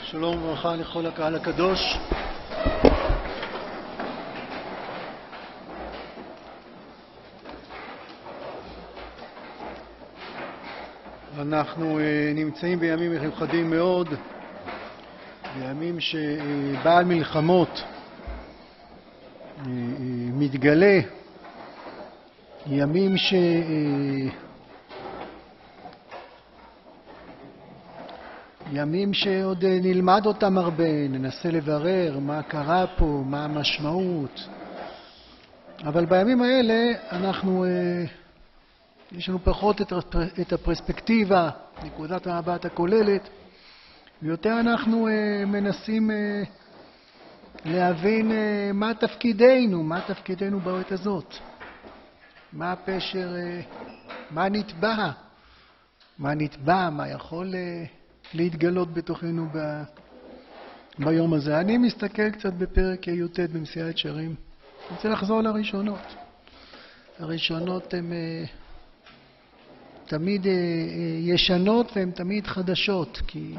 שלום וברכה לכל הקהל הקדוש. אנחנו נמצאים בימים מיוחדים מאוד, בימים שבעל מלחמות מתגלה, ימים ימים שעוד נלמד אותם הרבה, ננסה לברר מה קרה פה, מה המשמעות. אבל בימים האלה יש לנו פחות את הפרספקטיבה, נקודת המבט הכוללת, ויותר אנחנו מנסים להבין מה תפקידנו בעת הזאת. מה הפשר, מה נתבע, מה יכול להתגלות בתוכנו ביום הזה. אני מסתכל קצת בפרק י"ט במסילת ישרים. אני רוצה לחזור לראשונות. הראשונות הן תמיד ישנות והן תמיד חדשות, כי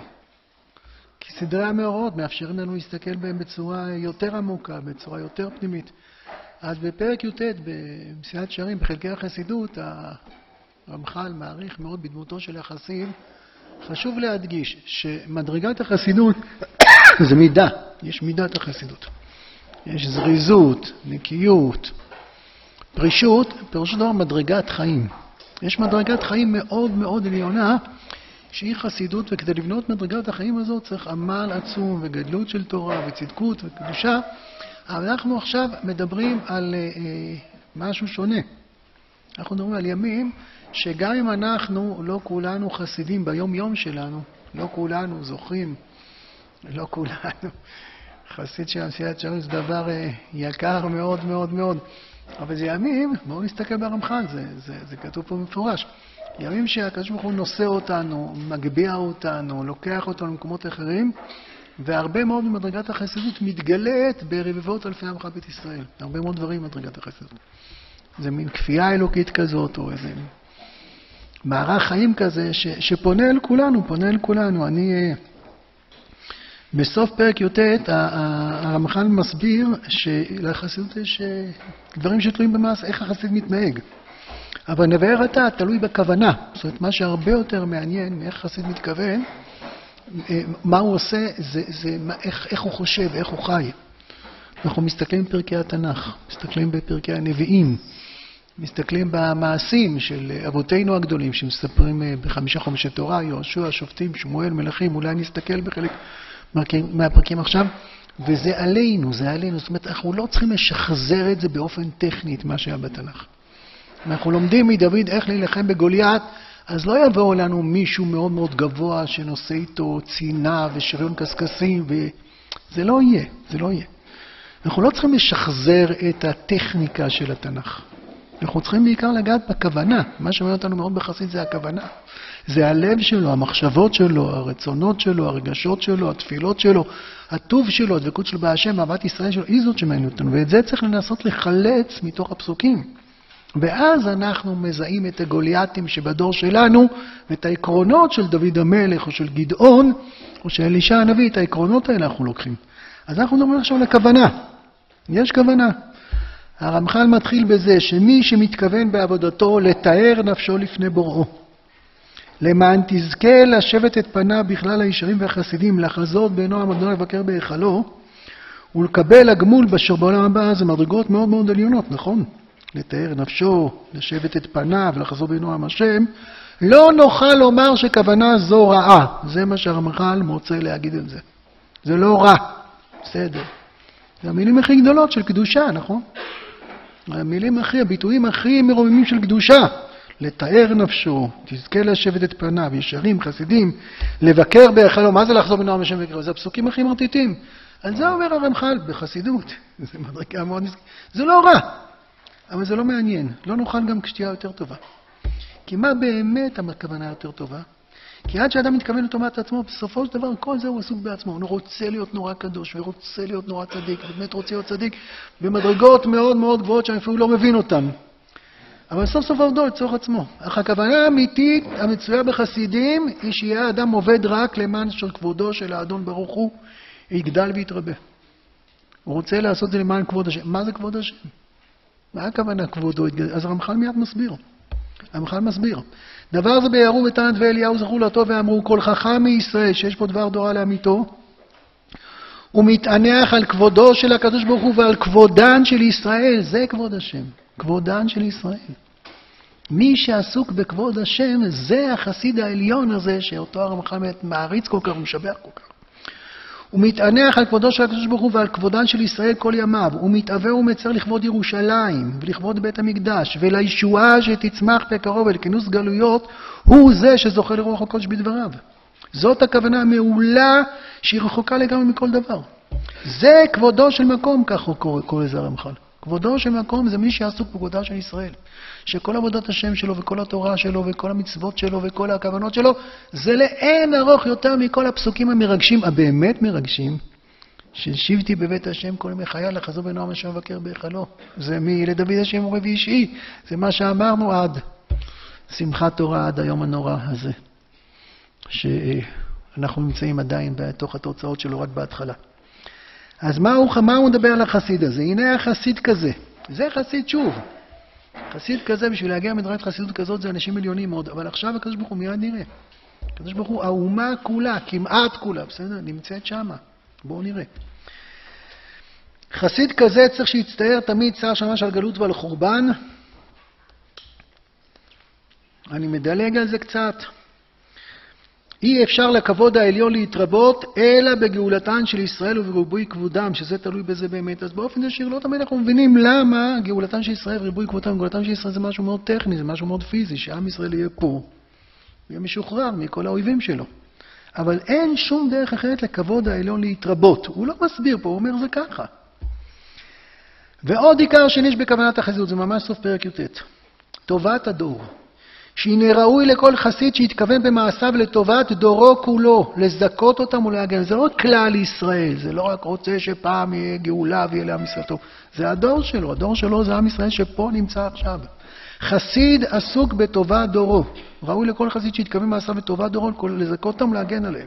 סדרי המאורעות מאפשרים לנו להסתכל בהם בצורה יותר עמוקה, בצורה יותר פנימית. אז בפרק י"ט במסילת ישרים, בחלקי החסידות, הרמח"ל מעריך מאוד בדמותו של החסיד. חשוב להדגיש שמדרגת החסידות זה מידה, יש מידת החסידות. יש זריזות, נקיות, פרישות, פירושו דבר מדרגת חיים. יש מדרגת חיים מאוד מאוד עליונה שהיא חסידות, וכדי לבנות מדרגת החיים הזאת צריך עמל עצום וגדלות של תורה וצדקות וקדושה. אבל אנחנו עכשיו מדברים על משהו שונה. אנחנו מדברים על ימים שגם אם אנחנו לא כולנו חסידים ביום יום שלנו, לא כולנו זוכרים, לא כולנו חסיד של מסילת ישרים, זה דבר יקר מאוד מאוד מאוד. אבל זה ימים, בואו נסתכל ברמח"ל, זה כתוב פה מפורש. ימים שהקדוש ברוך הוא נושא אותנו, מגביה אותנו, לוקח אותנו למקומות אחרים, והרבה מאוד ממדרגת החסידות מתגלית ברבבות אלפי עמך בית ישראל. הרבה מאוד דברים במדרגת החסידות. זה מין כפייה אלוקית כזאת, או איזה מערך חיים כזה שפונה אל כולנו, אני בסוף פרק י"ט הרמח"ל מסביר שלחסידות יש דברים שתלויים במעשה, איך החסיד מתנהג. אבל נבאר אתה תלוי בכוונה. זאת אומרת, מה שהרבה יותר מעניין מאיך חסיד מתכוון, מה הוא עושה, זה איך הוא חושב, איך הוא חי. אנחנו מסתכלים בפרקי התנ"ך, מסתכלים בפרקי הנביאים, מסתכלים במעשים של אבותינו הגדולים שמספרים בחמישה חומשי תורה, יהושע, שופטים, שמואל, מלכים. אולי נסתכל בחלק מהפרקים עכשיו, וזה עלינו. זאת אומרת, אנחנו לא צריכים לשחזר את זה באופן טכני, מה שהיה בתנ"ך. אנחנו לומדים מדוד איך להילחם בגוליית, אז לא יבואו לנו מישהו מאוד מאוד גבוה שנושא איתו צינה ושריון קסקסים, וזה לא יהיה. אנחנו לא צריכים לשחזר את הטכניקה של התנ"ך. אנחנו צריכים בעיקר לגעת בכוונה. מה שאומר אותנו מאוד בחסיד זה הכוונה. זה הלב שלו, המחשבות שלו, הרצונות שלו, הרגשות שלו, התפילות שלו, הטוב שלו, הדבקות שלו בהשם, אהבת ישראל שלו, היא זאת שמעניינת אותנו. ואת זה צריך לנסות לחלץ מתוך הפסוקים. ואז אנחנו מזהים את הגולייתים שבדור שלנו, ואת העקרונות של דוד המלך או של גדעון, או של אלישע הנביא, את העקרונות האלה אנחנו לוקחים. אז אנחנו מדברים עכשיו לכוונה. יש כוונה. הרמח"ל מתחיל בזה שמי שמתכוון בעבודתו לתאר נפשו לפני בוראו, למען תזכה לשבת את פניו בכלל הישרים והחסידים, לחזות בעינו אדוני לבקר בהיכלו, ולקבל הגמול באשר בעולם הבא. זה מדרגות מאוד מאוד עליונות, נכון? לתאר נפשו, לשבת את פניו, לחזות בעינו השם. לא נוכל לומר שכוונה זו רעה. זה מה שהרמח"ל מוצא להגיד על זה. זה לא רע. בסדר. זה המילים הכי גדולות של קדושה, נכון? הביטויים הכי מרוממים של קדושה. לתאר נפשו, תזכה לשבת את פניו, ישרים, חסידים, לבקר בהיכלו. מה זה לחזור בנועם השם וקרוא? זה הפסוקים הכי מרטיטים. על זה אומר הרמח"ל בחסידות. זה מדרגה מאוד נזכרת. זה לא רע, אבל זה לא מעניין. לא נוכל גם כשתהיה יותר טובה. כי מה באמת הכוונה יותר טובה? כי עד שאדם מתכוון לטובת עצמו, בסופו של דבר כל זה הוא עסוק בעצמו. הוא רוצה להיות נורא קדוש, ורוצה להיות נורא צדיק, ובאמת רוצה להיות צדיק במדרגות מאוד מאוד גבוהות שאני אפילו לא מבין אותן. אבל סוף סוף עובדו לצורך עצמו. אך הכוונה האמיתית המצויה בחסידים היא שיהיה האדם עובד רק למען כבודו של האדון ברוך הוא, יגדל ויתרבה. הוא רוצה לעשות את זה למען כבוד השם. מה זה כבוד השם? מה הכוונה כבודו? אז הרמח"ל מיד מסביר. הרמח"ל מסביר. דבר זה ביארו ותנת ואליהו זכרו לטוב ואמרו, כל חכם מישראל שיש פה דבר דורה לאמיתו, הוא מתענח על כבודו של הקדוש ברוך הוא ועל כבודן של ישראל. זה כבוד השם. כבודן של ישראל. מי שעסוק בכבוד השם, זה החסיד העליון הזה, שאותו הרמח"ל מעריץ כל כך ומשבח כל כך. הוא מתענח על כבודו של הקדוש ברוך הוא ועל כבודן של ישראל כל ימיו. הוא מתאווה ומצר לכבוד ירושלים ולכבוד בית המקדש ולישועה שתצמח בקרוב ולכינוס גלויות, הוא זה שזוכה לרוח הקודש בדבריו. זאת הכוונה המעולה שהיא רחוקה לגמרי מכל דבר. זה כבודו של מקום, כך הוא קורא לזה הרמח"ל. כבודו של מקום זה מי שעסוק בכבודה של ישראל. שכל עבודת השם שלו וכל התורה שלו וכל המצוות שלו וכל הכוונות שלו, זה לאין ארוך יותר מכל הפסוקים המרגשים, הבאמת מרגשים, ששבתי בבית השם כל ימי חיי לחזור בנועם השם מבקר בהיכלו. זה לדוד השם מורה ואישי. זה מה שאמרנו עד שמחת תורה, עד היום הנורא הזה. שאנחנו נמצאים עדיין בתוך התוצאות שלו רק בהתחלה. אז מה הוא מדבר על החסיד הזה? הנה החסיד כזה. זה חסיד שוב. חסיד כזה, בשביל להגיע מדרגת חסידות כזאת, זה אנשים מיליונים מאוד. אבל עכשיו הקדוש ברוך הוא מיד נראה. הקדוש ברוך הוא, האומה כולה, כמעט כולה, בסדר? נמצאת שמה. בואו נראה. חסיד כזה צריך שיצטער תמיד צער שמש על גלות ועל חורבן. אני מדלג על זה קצת. אי אפשר לכבוד העליון להתרבות, אלא בגאולתן של ישראל ובריבוי כבודם, שזה תלוי בזה באמת. אז באופן ישיר לא תמיד אנחנו מבינים למה גאולתן של ישראל וריבוי כבודם. גאולתן של ישראל זה משהו מאוד טכני, זה משהו מאוד פיזי, שעם ישראל יהיה פה, יהיה משוחרר מכל האויבים שלו. אבל אין שום דרך אחרת לכבוד העליון להתרבות. הוא לא מסביר פה, הוא אומר זה ככה. ועוד עיקר שני בכוונת החסידות, זה ממש סוף פרק י"ט. טובת הדור. שהנה ראוי לכל חסיד שהתכוון במעשיו לטובת דורו כולו, לזכות אותם ולהגן. זה לא כלל ישראל, זה לא רק רוצה שפעם יהיה גאולה ויהיה לעם ישראל טוב. זה הדור שלו, הדור שלו זה עם ישראל שפה נמצא עכשיו. חסיד עסוק בטובת דורו. ראוי לכל חסיד שהתכוון במעשיו לטובת דורו, לזכות אותם ולהגן עליהם.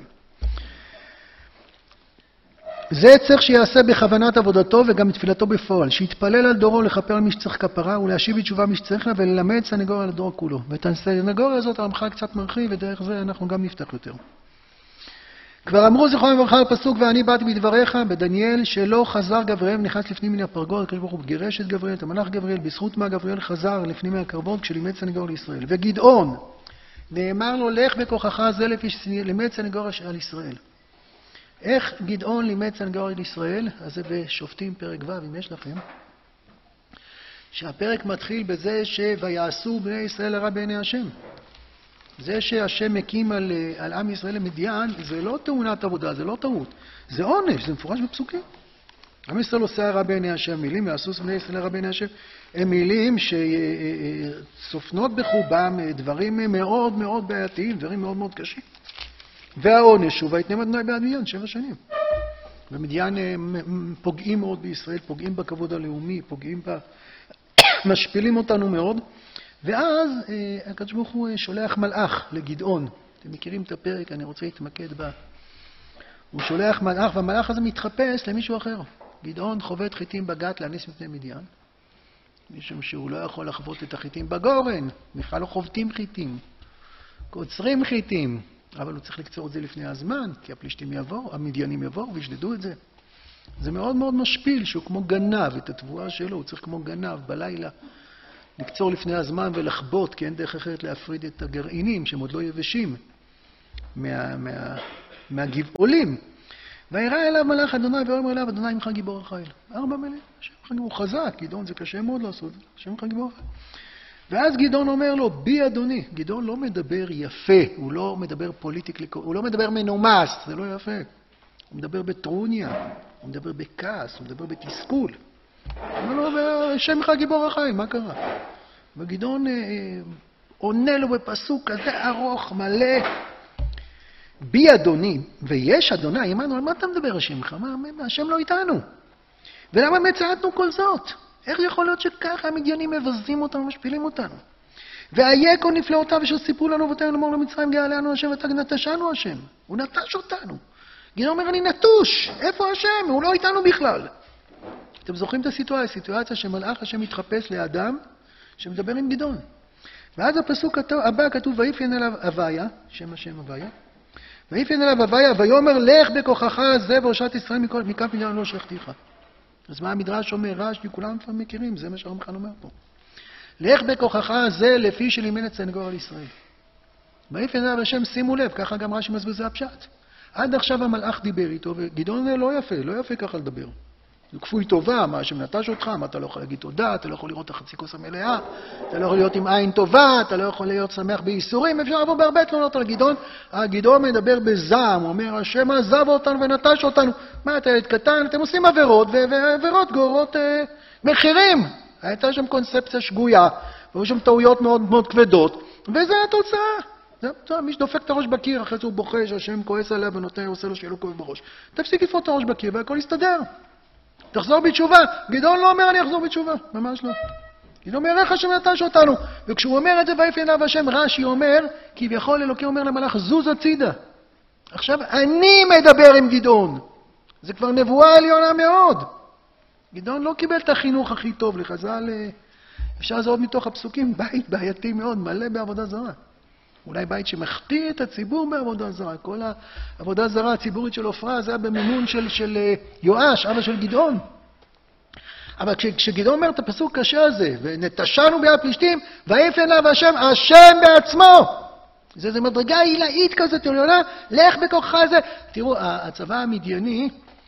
זה צריך שיעשה בכוונת עבודתו וגם בתפילתו בפועל, שיתפלל על דורו לכפר על מי שצריך כפרה ולהשיב בתשובה מי שצריך לה וללמד סנגוריה על הדור כולו. ואת הסנגוריה הזאת הרמח"ל קצת מרחיב ודרך זה אנחנו גם נפתח יותר. כבר אמרו זכרם לברכה על פסוק ואני באתי בדבריך בדניאל שלא חזר גבריאל ונכנס לפנים מן הפרגוד, הקדוש ברוך הוא גירש את גבריאל, את המלאך גבריאל, בזכות מה גבריאל חזר לפנים מן הקרבות כשלימד סנגוריה לישראל. וגדעון נאמר לו לך בכוחך זה לימד סנגוריה על ישראל. איך גדעון לימד סנגוריה לישראל? אז זה בשופטים פרק ו' אם יש לכם. שהפרק מתחיל בזה שויעשו בני ישראל הרע בעיני השם. זה שהשם מקים על עם ישראל למדיין, זה לא תאונת עבודה, זה לא טעות. זה עונש, זה מפורש בפסוקים. עם ישראל עושה הרע בעיני השם, מילים יעשו בני ישראל הרע בעיני השם, הם מילים שצופנות בחובם דברים מאוד מאוד בעייתיים, דברים מאוד מאוד קשים. והעונש הוא ויתנם אדוני בעד מדיין 7 שנים. ומדיין פוגעים מאוד בישראל, פוגעים בכבוד הלאומי, פוגעים משפילים אותנו מאוד. ואז הקדוש ברוך הוא שולח מלאך לגדעון. אתם מכירים את הפרק, אני רוצה להתמקד בה. הוא שולח מלאך, והמלאך הזה מתחפש למישהו אחר. גדעון חובט חיטים בגת להניס מפני מדיין. משום שהוא לא יכול לחבוט את החיטים בגורן. בכלל לא חובטים חיטים. קוצרים חיטים. אבל הוא צריך לקצור את זה לפני הזמן, כי הפלישתים יבואו, המדיינים יבואו וישדדו את זה. זה מאוד מאוד משפיל שהוא כמו גנב, את התבואה שלו, הוא צריך כמו גנב בלילה לקצור לפני הזמן ולחבוט, כי אין דרך אחרת להפריד את הגרעינים שהם עוד לא יבשים מהגבעולים. וירא אליו מלאך אדוני ואומר אליו, אדוני עמך גיבור החיל. 4 מילים, השם עמך גיבור חזק, גדעון זה קשה מאוד לעשות, השם עמך גיבור החיל. ואז גדעון אומר לו, בי אדוני. גדעון לא מדבר יפה, הוא לא מדבר פוליטיקלי, הוא לא מדבר מנומס, זה לא יפה. הוא מדבר בטרוניה, הוא מדבר בכעס, הוא מדבר בתסכול. הוא אומר לו, השם עמך גיבור החיל, מה קרה? וגדעון עונה לו בפסוק כזה ארוך, מלא. בי אדוני, ויש אדוני, אמרנו, על מה אתה מדבר השם עמך? השם לא איתנו. ולמה מצאתנו כל זאת? איך יכול להיות שככה המדיינים מבזים אותנו ומשפילים אותנו? והייקו נפלאותיו אשר סיפרו לנו אבותינו לאמור למצרים גאה לנו השם ותנטשנו השם. הוא נטש אותנו. גדעון אומר, אני נטוש. איפה השם? הוא לא איתנו בכלל. אתם זוכרים את הסיטואציה שמלאך השם מתחפש לאדם שמדבר עם גדעון. ואז הפסוק הבא כתוב, ויפן אליו הוויה, שם השם הוויה, ויפן אליו הוויה, ויאמר לך בכוחך זה והושעת ישראל מכף מדיין לא שכתיך. אז מה המדרש אומר? רש"י, כולם כבר מכירים, זה מה שהרמח"ל אומר פה. לך בכוחך זה לפי שלימד את סנגור על ישראל. ויפן אליו השם, שימו לב, ככה גם רש"י מסביר זה הפשט. עד עכשיו המלאך דיבר איתו, וגדעון אומר, לא יפה ככה לדבר. זה כפוי טובה, מה השם נטש אותך, מה אתה לא יכול להגיד תודה, אתה לא יכול לראות את החצי כוס המלאה, אתה לא יכול להיות עם עין טובה, אתה לא יכול להיות שמח בייסורים, אפשר לעבור בהרבה תלונות על גדעון. גדעון מדבר בזעם, הוא אומר, השם עזב אותנו ונטש אותנו. מה, אתה ילד קטן, אתם עושים עבירות, ועבירות גוררות מחירים. הייתה שם קונספציה שגויה, והיו שם טעויות מאוד מאוד כבדות, וזה התוצאה. מי שדופק את הראש בקיר, אחרי זה הוא בוכה שהשם כועס עליו ונותן, עושה לו שיהיה לו כואב בראש. תפסיק לפרוט את הראש בקיר והכל יסתדר. תחזור בתשובה. גדעון לא אומר אני אחזור בתשובה, ממש לא. גדעון אומר איך השם נטש אותנו. וכשהוא אומר את זה ויפן אליו השם, רש"י אומר, כביכול אלוקים אומר למלאך זוז הצידה. עכשיו אני מדבר עם גדעון. זה כבר נבואה עליונה מאוד. גדעון לא קיבל את החינוך הכי טוב לחז"ל. אפשר לזהות מתוך הפסוקים, בית בעייתי מאוד, מלא בעבודה זרה. אולי בית שמחטיא את הציבור בעבודה זרה. כל העבודה זרה הציבורית של עופרה, זה היה במימון של יואש, אבא של גדעון. אבל כשגדעון אומר את הפסוק קשה הזה, ונטשנו ביד פלישתים, ויפן אליו השם, השם בעצמו. זה מדרגה עילאית כזאת, עליונה, לך בכוחך זה. תראו, הצבא המדייני,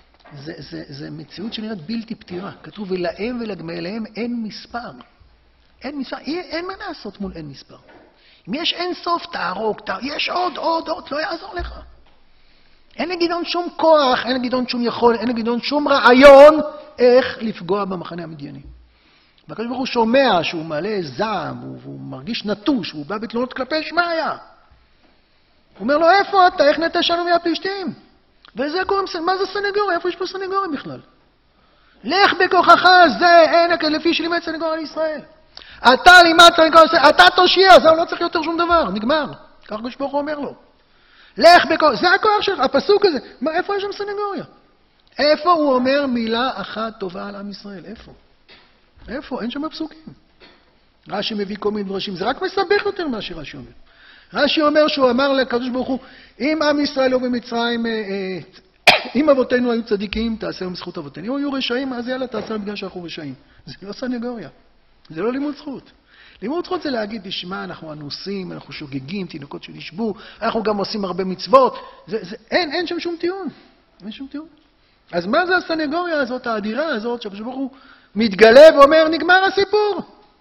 זה מציאות שנראית בלתי פתירה. כתוב, ולהם ולגמליהם אין מספר. אין מספר, אין מה לעשות מול אין מספר. אם יש אין סוף, תהרוג, יש עוד, לא יעזור לך. אין לגדעון שום כוח, אין לגדעון שום יכול, אין לגדעון שום רעיון איך לפגוע במחנה המדייני. והקדוש ברוך הוא שומע שהוא מלא זעם, והוא מרגיש נטוש, והוא בא בתלונות כלפי שמעיה. הוא אומר לו, איפה אתה? איך נטשנו מהפלישתים? וזה קוראים, מה זה סנגוריה? איפה יש פה סנגוריה בכלל? לך בכוחך, זה אין לפי שלימד סנגור על ישראל. אתה לימד סנגור על ישראל, אתה תושיע, זהו, לא צריך יותר שום דבר, נגמר. כך הקדוש ברוך הוא אומר לו. לך בכוחך, זה הכוח שלך, הפסוק הזה. מה, איפה יש שם סנגוריה? איפה הוא אומר מילה אחת טובה על עם ישראל? איפה? אין שם פסוקים. רש"י מביא כל מיני דרשים, זה רק מסבך יותר מה שרש"י אומר. רש"י אומר שהוא אמר לקדוש ברוך הוא, אם עם ישראל לא במצרים, אם אבותינו היו צדיקים, תעשה בזכות אבותינו. אם היו רשעים, אז יאללה, תעשה בגלל שאנחנו רשעים. זה לא סנגוריה, זה לא לימוד זכות. לימוד זכות זה להגיד, תשמע, אנחנו אנוסים, אנחנו שוגגים, תינוקות שנשבו, אנחנו גם עושים הרבה מצוות. אין שם שום טיעון. אין שום טיעון. אז מה זה הסנגוריה הזאת, האדירה הזאת, שהקדוש ברוך הוא מתגלה ואומר, נגמר הסיפור.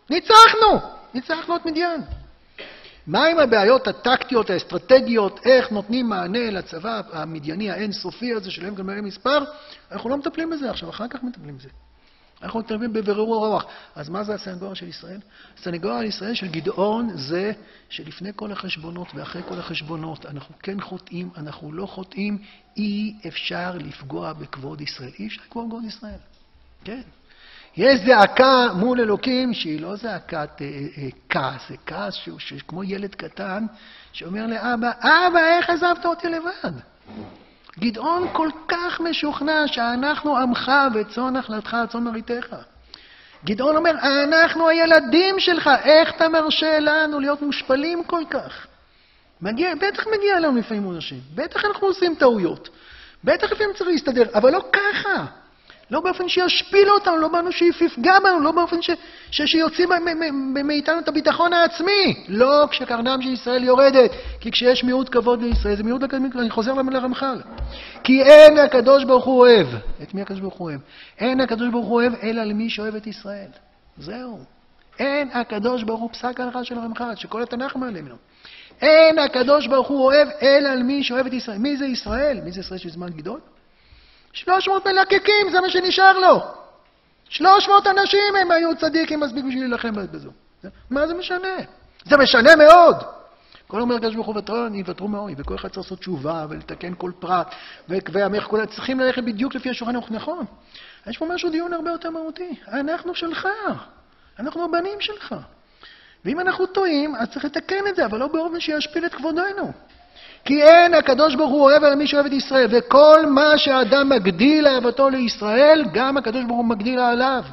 ניצחנו את מדיין. מה עם הבעיות הטקטיות, האסטרטגיות, איך נותנים מענה לצבא המדייני האינסופי הזה שלהם גם מהם מספר? אנחנו לא מטפלים בזה עכשיו, אחר כך מטפלים בזה. אנחנו מטפלים בבירור רוח. אז מה זה הסנגוריה של ישראל? הסנגוריה של ישראל של גדעון זה שלפני כל החשבונות ואחרי כל החשבונות אנחנו כן חוטאים, אנחנו לא חוטאים, אי אפשר לפגוע בכבוד ישראל. אי אפשר לפגוע בכבוד ישראל. כן. יש זעקה מול אלוקים שהיא לא זעקת כעס, זה כעס כמו ילד קטן שאומר לאבא, אבא, איך עזבת אותי לבד? גדעון כל כך משוכנע שאנחנו עמך וצאן נחלתך, צאן מרעיתך. גדעון אומר, אנחנו הילדים שלך, איך אתה מרשה לנו להיות מושפלים כל כך? בטח מגיע לנו לפעמים עונשים, בטח אנחנו עושים טעויות, בטח לפעמים צריך להסתדר, אבל לא ככה. לא באופן שישפיל אותנו, לא באופן שיפגע בנו, לא באופן שיוצאים מאיתנו את הביטחון העצמי. לא כשקרנם של ישראל יורדת, כי כשיש מיעוט כבוד לישראל, זה מיעוט לקדמית, אני חוזר לרמח"ל. כי אין הקדוש ברוך הוא אוהב. את מי הקדוש ברוך הוא אוהב? אין הקדוש ברוך הוא אוהב אלא למי שאוהב את ישראל. זהו. אין הקדוש ברוך הוא פסק ההלכה של הרמח"ל, שכל התנ"ך מעלה ממנו. אין הקדוש ברוך הוא אוהב אלא למי שאוהב את ישראל. מי זה ישראל? מי זה ישראל של זמן גדול? 300 מלקקים, זה מה שנשאר לו. 300 אנשים הם היו צדיקים מספיק בשביל להילחם בזו. מה זה משנה? זה משנה מאוד. כל אומר הקדוש ברוך הוא יוותרו מהאויב, וכל אחד צריך לעשות תשובה ולתקן כל פרט, והמלך כולם צריכים ללכת בדיוק לפי השולחן ערוך. נכון. יש פה משהו דיון הרבה יותר מהותי. אנחנו שלך, אנחנו הבנים שלך. ואם אנחנו טועים, אז צריך לתקן את זה, אבל לא באופן שישפיל את כבודנו. כי אין הקדוש ברוך הוא אוהב על מי שאוהב את ישראל, וכל מה שהאדם מגדיל אהבתו לישראל, גם הקדוש ברוך הוא מגדיל עליו.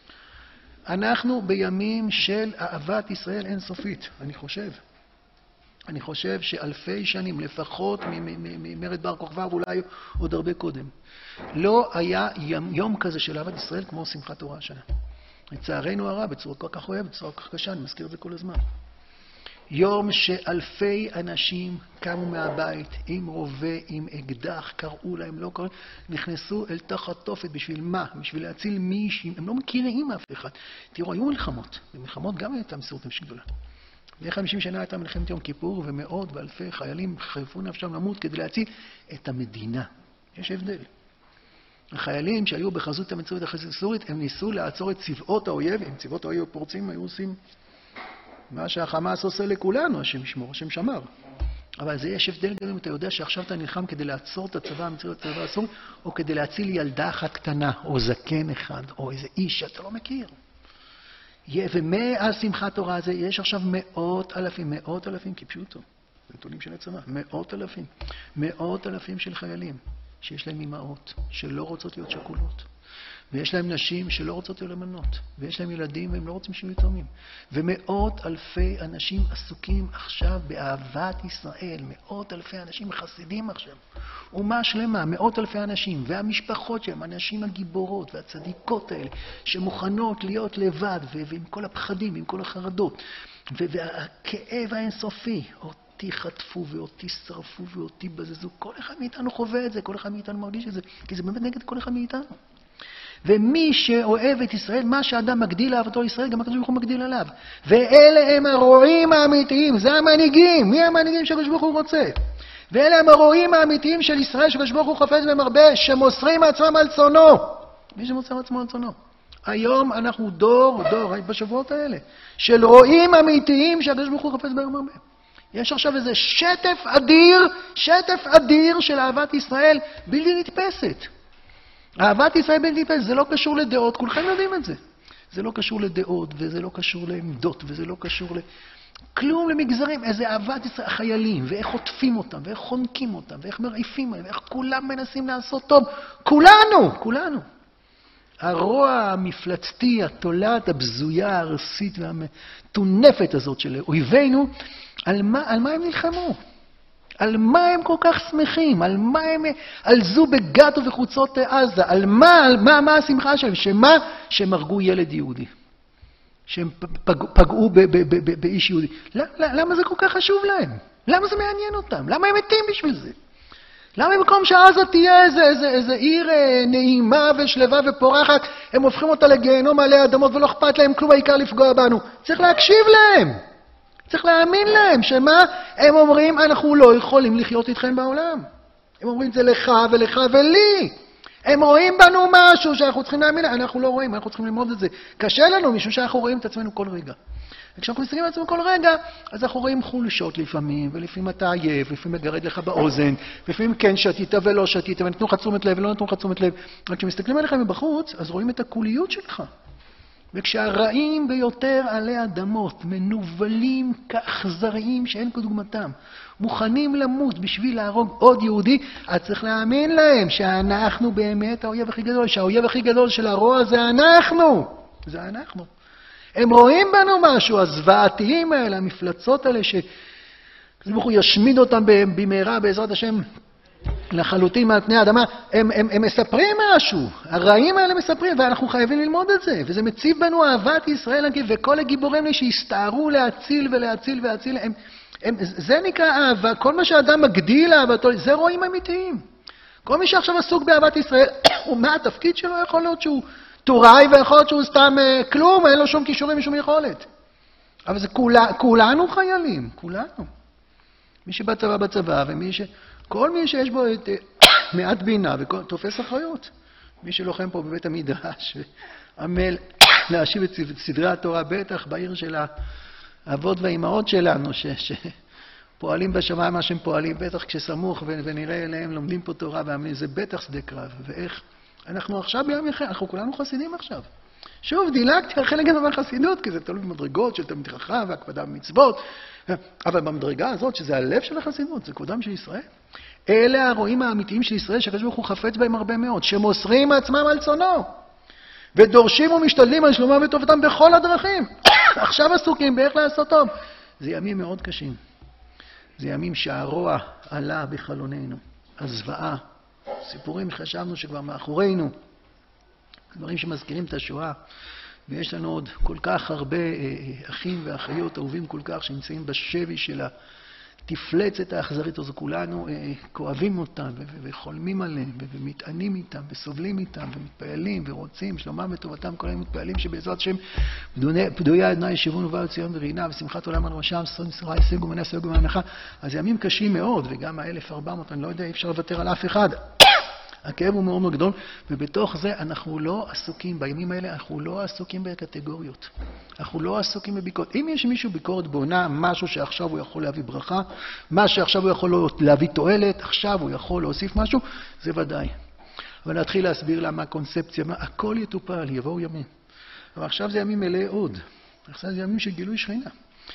אנחנו בימים של אהבת ישראל אינסופית, אני חושב שאלפי שנים, לפחות ממרד בר כוכבא, ואולי עוד הרבה קודם, לא היה יום כזה של אהבת ישראל כמו שמחת תורה השנה. לצערנו הרב, בצורה כל כך אוהבת, בצורה כל כך קשה, אני מזכיר את זה כל הזמן. יום שאלפי אנשים קמו מהבית עם רובה, עם אקדח, קראו להם, לא קראו, נכנסו אל תוך התופת. בשביל מה? בשביל להציל מישהי. הם לא מכירים אף אחד. תראו, היו מלחמות. במלחמות גם הייתה מסירות נפש גדולה. לפני 50 שנה הייתה מלחמת יום כיפור, ומאות ואלפי חיילים חירפו נפשם למות כדי להציל את המדינה. יש הבדל. החיילים שהיו בחזות המצרית הסורית, הם ניסו לעצור את צבאות האויב. אם צבאות האויב פורצים, היו עושים מה שהחמאס עושה לכולנו, השם ישמור, השם שמר. אבל זה יש הבדל גדול אם אתה יודע שעכשיו אתה נלחם כדי לעצור את הצבא המצרי, את הצבא הסורי, או כדי להציל ילדה אחת קטנה, או זקן אחד, או איזה איש שאתה לא מכיר. ומאז שמחת תורה הזה יש עכשיו מאות אלפים, כפשוטו, נתונים של הצבא, מאות אלפים של חיילים, שיש להם אמהות, שלא רוצות להיות שכולות. ויש להם נשים שלא רוצות להיות למנות, ויש להם ילדים והם לא רוצים שיהיו יתומים. ומאות אלפי אנשים עסוקים עכשיו באהבת ישראל, מאות אלפי אנשים חסידים עכשיו. אומה שלמה, מאות אלפי אנשים, והמשפחות שלהם, הנשים הגיבורות והצדיקות האלה, שמוכנות להיות לבד, ועם כל הפחדים, ועם כל החרדות, והכאב האינסופי, אותי חטפו ואותי שרפו ואותי בזזו, כל אחד מאיתנו חווה את זה, כל אחד מאיתנו מרגיש את זה, כי זה באמת נגד כל אחד מאיתנו. ומי שאוהב את ישראל, מה שאדם מגדיל אהבתו לישראל, גם הקדוש ברוך הוא מגדיל עליו. ואלה הם הרועים האמיתיים, זה המנהיגים. מי המנהיגים שהקדוש ברוך הוא רוצה? ואלה הם הרועים האמיתיים של ישראל, שהקדוש ברוך הוא חפץ בהם הרבה, שמוסרים עצמם על צונו. מי שמוסר עצמו על צונו? היום אנחנו דור, בשבועות האלה, של רועים אמיתיים שהקדוש ברוך הוא חפץ בהם הרבה. יש עכשיו איזה שטף אדיר של אהבת ישראל בלתי נתפסת. אהבת ישראל בלתי נתפסת, זה לא קשור לדעות, כולכם יודעים את זה. זה לא קשור לדעות, וזה לא קשור לעמדות, וזה לא קשור כלום למגזרים. איזה אהבת ישראל, החיילים, ואיך חוטפים אותם, ואיך חונקים אותם, ואיך מרעיפים עליהם, ואיך כולם מנסים לעשות טוב. כולנו. הרוע המפלצתי, התולעת, הבזויה, הארסית והמטונפת הזאת של אויבינו, על מה הם נלחמו? על מה הם כל כך שמחים? על זו בגת ובחוצות עזה? על מה השמחה שלהם? שהם הרגו ילד יהודי. שהם פגעו באיש יהודי. למה זה כל כך חשוב להם? למה זה מעניין אותם? למה הם מתים בשביל זה? למה במקום שעזה תהיה איזה עיר נעימה ושלווה ופורחת, הם הופכים אותה לגיהנום עלי אדמות ולא אכפת להם כלום, העיקר לפגוע בנו? צריך להקשיב להם. צריך להאמין להם, שמה הם אומרים, אנחנו לא יכולים לחיות איתכם בעולם. הם אומרים, זה לך ולך ולי. הם רואים בנו משהו שאנחנו צריכים להאמין להם. אנחנו לא רואים, אנחנו צריכים ללמוד את זה. קשה לנו משום שאנחנו רואים את עצמנו כל רגע. וכשאנחנו מסתכלים על עצמנו כל רגע, אז אנחנו רואים חולשות לפעמים, ולפעמים אתה עייף, לפעמים מגרד לך באוזן, ולפעמים כן שתית ולא שתית, ונתנו לך תשומת לב ולא נתנו לך תשומת לב. רק כשמסתכלים עליכם מבחוץ, אז רואים את הקוליות שלך. וכשהרעים ביותר עלי אדמות, מנובלים כאכזריים שאין כדוגמתם, מוכנים למות בשביל להרוג עוד יהודי, אז צריך להאמין להם שאנחנו באמת האויב הכי גדול, שהאויב הכי גדול של הרוע זה אנחנו. זה אנחנו. הם רואים בנו משהו, הזוועתיים האלה, המפלצות האלה, שהקדוש ברוך הוא ישמיד אותם במהרה בעזרת השם לחלוטין מעל פני האדמה, הם מספרים משהו, הרעים האלה מספרים, ואנחנו חייבים ללמוד את זה, וזה מציב בנו אהבת ישראל, וכל הגיבורים שהסתערו להציל ולהציל ולהציל, זה נקרא אהבה, כל מה שאדם מגדיל אהבתו, זה רואים אמיתיים. כל מי שעכשיו עסוק באהבת ישראל, מה התפקיד שלו? יכול להיות שהוא טוראי, ויכול להיות שהוא סתם כלום, אין לו שום כישורים ושום יכולת. אבל זה כולנו חיילים, כולנו. מי שבצבא בצבא, כל מי שיש בו את מעט בינה ותופס אחריות. מי שלוחם פה בבית המדרש ועמל להשיב את סדרי התורה, בטח בעיר של האבות והאימהות שלנו, פועלים בשמיים מה שהם פועלים, בטח כשסמוך ונראה אליהם, לומדים פה תורה והאמנים, זה בטח שדה קרב. ואיך? אנחנו עכשיו ביום יחד, אנחנו כולנו חסידים עכשיו. שוב, דילגתי על חלק גדול מהחסידות, כי זה תלוי במדרגות של תלמיד חכם והקפדה במצוות, אבל במדרגה הזאת, שזה הלב של החסידות, זה כבודם של ישראל. אלה הרואים האמיתיים של ישראל, שהקדוש ברוך הוא חפץ בהם הרבה מאוד, שמוסרים עצמם על צונו, ודורשים ומשתדלים על שלומם וטובתם בכל הדרכים. עכשיו עסוקים באיך לעשות טוב. זה ימים מאוד קשים. זה ימים שהרוע עלה בחלוננו, הזוועה, סיפורים שחשבנו שכבר מאחורינו, דברים שמזכירים את השואה, ויש לנו עוד כל כך הרבה אחים ואחיות אהובים כל כך שנמצאים בשבי של התפלצת האכזרית הזו. כולנו כואבים אותם וחולמים עליהם ומתענים איתם וסובלים איתם ומתפעלים ורוצים שלומם וטובתם. כל היום מתפעלים שבעזרת השם פדויי אדוני ישובון ובאו ציון ברינה ושמחת עולם על ראשם ששון ישראל ישיגו מנה ישיגו מהנחה. אז ימים קשים מאוד, וגם ה-1400, אני לא יודע, אי אפשר לוותר על אף אחד. הכאב הוא מאוד מאוד גדול, ובתוך זה אנחנו לא עסוקים, בימים האלה אנחנו לא עסוקים בקטגוריות. אנחנו לא עסוקים בביקורת. אם יש מישהו ביקורת בונה, משהו שעכשיו הוא יכול להביא ברכה, מה שעכשיו הוא יכול להביא תועלת, עכשיו הוא יכול להוסיף משהו, זה ודאי. אבל להתחיל להסביר למה הקונספציה, הכל יטופל, יבואו ימים. אבל עכשיו זה ימים מלאי עוד. עכשיו זה ימים של גילוי שכינה.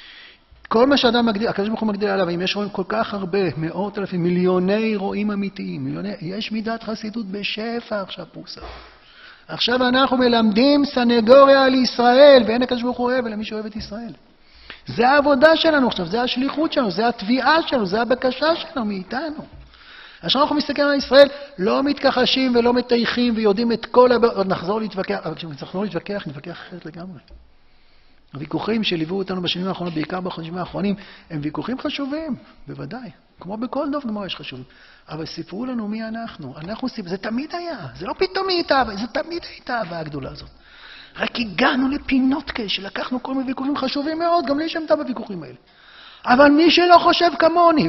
כל מה שאדם מגדיר, הקדוש ברוך הוא מגדיר עליו, אם יש רואים כל כך הרבה, מאות אלפים, מיליוני רואים אמיתיים, יש מידת חסידות בשפע עכשיו פרוסה. עכשיו אנחנו מלמדים סנגוריה על ישראל, ואין הקדוש ברוך הוא אוהב, אלא מי שאוהב את ישראל. זה העבודה שלנו עכשיו, זה השליחות שלנו, זה התביעה שלנו, זה הבקשה שלנו מאיתנו. עכשיו אנחנו מסתכלים על ישראל, לא מתכחשים ולא מטייחים ויודעים את כל עוד נחזור להתווכח, אבל כשנחזור להתווכח, נתווכח אחרת לגמרי. הוויכוחים שליוו אותנו בשנים האחרונות, בעיקר בחודשים האחרונים, הם ויכוחים חשובים, בוודאי. כמו בכל דוב גמרא יש חשובים. אבל סיפרו לנו מי אנחנו. זה תמיד היה. זה לא פתאום הייתה, זה תמיד הייתה האהבה הגדולה הזאת. רק הגענו לפינות כאלה, שלקחנו כל מיני ויכוחים חשובים מאוד, גם לי שמתה בוויכוחים האלה. אבל מי שלא חושב כמוני,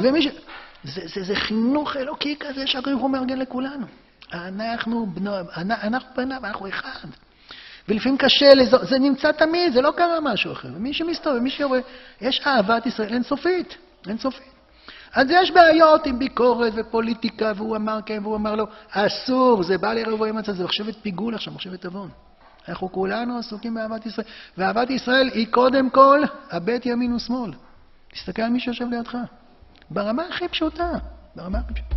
זה חינוך אלוקי כזה שהקדוש ברוך הוא מארגן לכולנו. אנחנו בניו, אנחנו אחד. ולפעמים קשה, זה נמצא תמיד, זה לא קרה משהו אחר. ומי שמסתובב, מי שרואה, יש אהבת ישראל אינסופית, אינסופית. אז יש בעיות עם ביקורת ופוליטיקה, והוא אמר כן והוא אמר לא, אסור, זה בא לערב עם הצד, זה מחשבת פיגול עכשיו, מחשבת אבון. אנחנו כולנו עסוקים באהבת ישראל, ואהבת ישראל היא קודם כל הבית ימין ושמאל. תסתכל על מי שיושב לידך, ברמה הכי פשוטה, ברמה הכי פשוטה.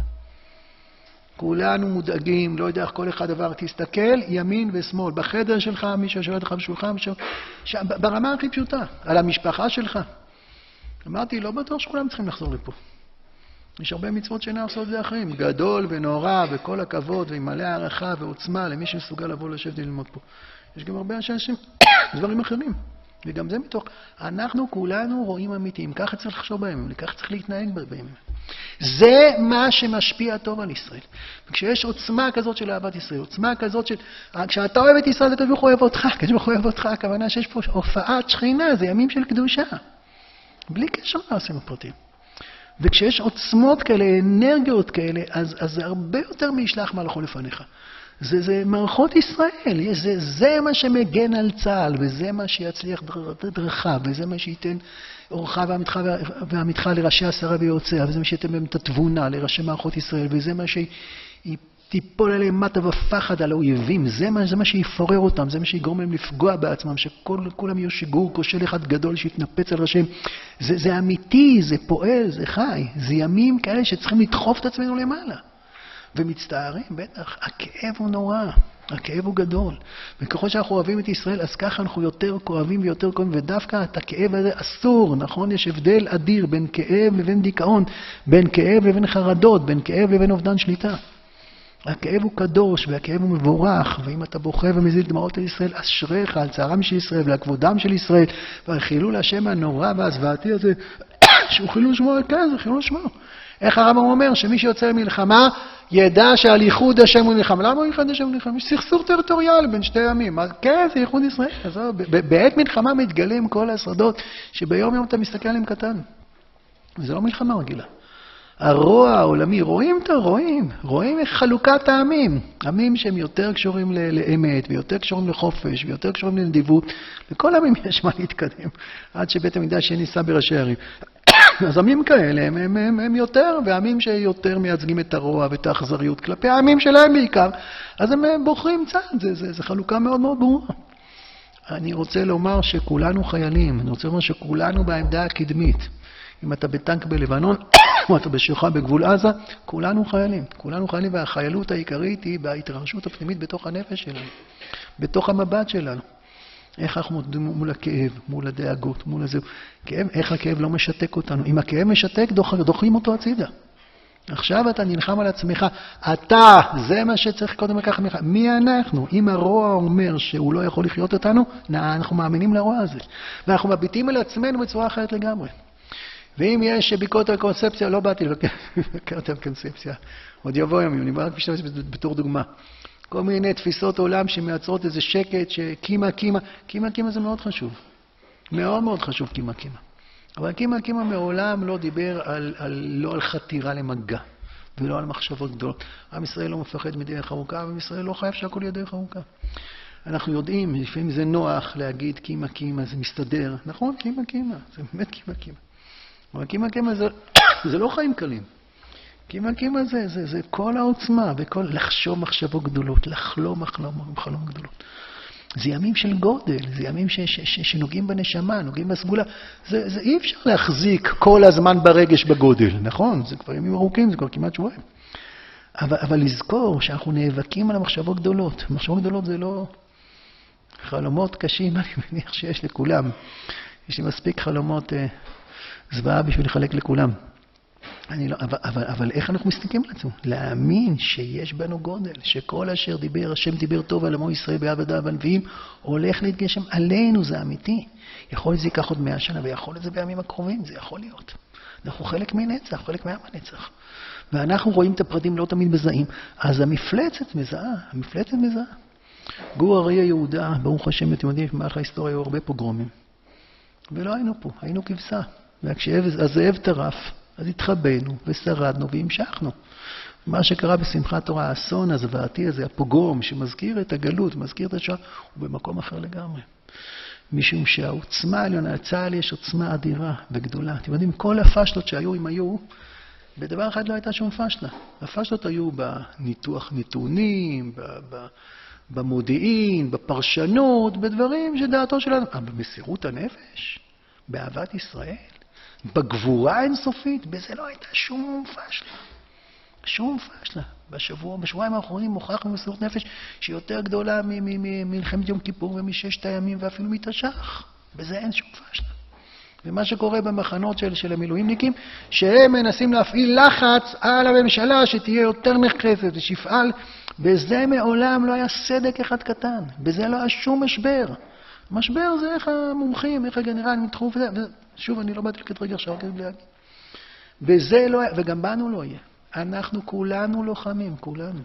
כולנו מודאגים, לא יודע איך כל אחד דבר, תסתכל ימין ושמאל, בחדר שלך, מי שיושב לידך בשולחן, ברמה הכי פשוטה, על המשפחה שלך. אמרתי, לא בטוח שכולם צריכים לחזור לפה. יש הרבה מצוות שאינן עושות את זה אחרים, גדול ונורא וכל הכבוד ועם מלא הערכה ועוצמה למי שמסוגל לבוא לשבת וללמוד פה. יש גם הרבה אנשים, דברים אחרים. וגם זה מתוך, אנחנו כולנו רואים אמיתיים, ככה צריך לחשוב בהם, ככה צריך להתנהג בהם. זה מה שמשפיע טוב על ישראל. וכשיש עוצמה כזאת של אהבת ישראל, עוצמה כזאת של, כשאתה אוהב את ישראל, אתה אוהב אותך, כשאתה אוהב אותך, הכוונה שיש פה הופעת שכינה, זה ימים של קדושה. בלי קשר מה עושים בפרטים. וכשיש עוצמות כאלה, אנרגיות כאלה, אז זה הרבה יותר מישלח מהלכו לפניך. זה מערכות ישראל, זה מה שמגן על צה"ל, וזה מה שיצליח דרכה, וזה מה שייתן אורחה והמתחה לראשי השרה ויוצאה, וזה מה שייתן בהם את התבונה לראשי מערכות ישראל, וזה מה שתיפול עליהם מטה ופחד על האויבים, זה מה שיפורר אותם, זה מה שיגרום להם לפגוע בעצמם, שכולם יהיו שיגור כושל אחד גדול שיתנפץ על ראשיהם. זה אמיתי, זה פועל, זה חי, זה ימים כאלה שצריכים לדחוף את עצמנו למעלה. ומצטערים, בטח, הכאב הוא נורא, הכאב הוא גדול. וככל שאנחנו אוהבים את ישראל, אז ככה אנחנו יותר כואבים ויותר כואבים, ודווקא את הכאב הזה אסור, נכון? יש הבדל אדיר בין כאב לבין דיכאון, בין כאב לבין חרדות, בין כאב לבין אובדן שליטה. הכאב הוא קדוש והכאב הוא מבורך, ואם אתה בוכה ומזיל דמעות על ישראל, אשריך על צערם של ישראל ועל כבודם של ישראל, ועל חילול השם הנורא והזוועתי הזה, שהוא חילול שמו, כן, זה חילול שמו. איך הרמב"ם אומר? שמי שיוצא למלחמה ידע שעל ייחוד השם הוא נלחם. למה הוא ייחוד השם הוא נלחם? יש סכסוך טריטוריאלי בין שתי עמים. כן, זה ייחוד ישראל. בעת מלחמה מתגלים כל הסודות שביום יום אתה מסתכל עליהם קטן. וזה לא מלחמה רגילה. הרוע העולמי, רואים איך חלוקת העמים. עמים שהם יותר קשורים לאמת, ויותר קשורים לחופש, ויותר קשורים לנדיבות. לכל העמים יש מה להתקדם, עד שבית המקדש ניסה בראשי ערים. אז עמים כאלה הם יותר, ועמים שיותר מייצגים את הרוע ואת האכזריות כלפי העמים שלהם בעיקר, אז הם בוחרים צד, זה חלוקה מאוד מאוד ברורה. אני רוצה לומר שכולנו חיילים, אני רוצה לומר שכולנו בעמדה הקדמית. אם אתה בטנק בלבנון, או אתה בשלחה בגבול עזה, כולנו חיילים. כולנו חיילים, והחיילות העיקרית היא בהתרחשות הפנימית בתוך הנפש שלנו, בתוך המבט שלנו. איך אנחנו עומדים מול הכאב, מול הדאגות, מול הזה. כאב, איך הכאב לא משתק אותנו. אם הכאב משתק, דוחים אותו הצידה. עכשיו אתה נלחם על עצמך. אתה, זה מה שצריך קודם לקחת ממך. מי אנחנו? אם הרוע אומר שהוא לא יכול לחיות אותנו, אנחנו מאמינים לרוע הזה. ואנחנו מביטים על עצמנו בצורה אחרת לגמרי. ואם יש ביקורת על קונספציה, לא באתי לבקר את הקונספציה. עוד יבוא ימים, אני רק משתמש בתור דוגמה. כל מיני תפיסות עולם שמייצרות איזה שקט, שקימה, קימה זה מאוד חשוב. מאוד מאוד חשוב קימה. אבל קימה מעולם לא דיבר לא על חתירה למגע, ולא על מחשבות גדולות. עם ישראל לא מפחד מדרך ארוכה, ועם ישראל לא חייב שהכל יהיה דרך ארוכה. אנחנו יודעים, לפעמים זה נוח להגיד קימה, זה מסתדר. נכון, קימה, זה באמת קימה. אבל קימה זה לא חיים קלים. קימה זה כל העוצמה, לחשוב מחשבות גדולות, לחלום גדולות. זה ימים של גודל, זה ימים שנוגעים בנשמה, נוגעים בסגולה. זה אי אפשר להחזיק כל הזמן ברגש בגודל, נכון? זה כבר ימים ארוכים, זה כבר כמעט שבועיים. אבל לזכור שאנחנו נאבקים על המחשבות גדולות. מחשבות גדולות זה לא חלומות קשים, אני מניח שיש לכולם. יש לי מספיק חלומות זוועה בשביל לחלק לכולם. אבל איך אנחנו מסתכלים על עצמו? להאמין שיש בנו גודל, שכל אשר דיבר, השם דיבר טוב על עמו ישראל בעבדיו ובנביאים, הולך להתגשם עלינו, זה אמיתי. יכול להיות זה ייקח עוד 100 שנה, ויכול להיות זה בימים הקרובים, זה יכול להיות. אנחנו חלק מנצח, חלק מעם הנצח. ואנחנו רואים את הפרטים לא תמיד מזהים, אז המפלצת מזהה. גור אריה יהודה, ברוך השם, אתם יודעים, במהלך ההיסטוריה היו הרבה פוגרומים. ולא היינו פה, היינו כבשה. וכשהזאב טרף, אז התחבאנו ושרדנו והמשכנו. מה שקרה בשמחת תורה, האסון הזוועתי הזה, הפוגרום שמזכיר את הגלות, מזכיר את השואה, הוא במקום אחר לגמרי. משום שהעוצמה העליונה, לצה"ל יש עוצמה אדירה וגדולה. אתם יודעים, כל הפשלות שהיו, אם היו, בדבר אחד לא הייתה שום פשלה. הפשלות היו בניתוח נתונים, במודיעין, בפרשנות, בדברים שדעתו שלנו. אבל במסירות הנפש, באהבת ישראל, בגבורה האינסופית, בזה לא הייתה שום פשלה. בשבועיים האחרונים מוכחנו במסירות נפש שהיא יותר גדולה ממלחמת יום כיפור ומששת הימים ואפילו מתש"ח. בזה אין שום פשלה. ומה שקורה במחנות של המילואימניקים, שהם מנסים להפעיל לחץ על הממשלה שתהיה יותר נחרצת ושפעל, בזה מעולם לא היה סדק אחד קטן. בזה לא היה שום משבר. משבר זה איך המומחים, איך הגנרלים מתחום וזה. שוב, אני לא באתי לקט רגע עכשיו, כדי להגיד. בזה לא היה, וגם בנו לא יהיה. אנחנו כולנו לוחמים,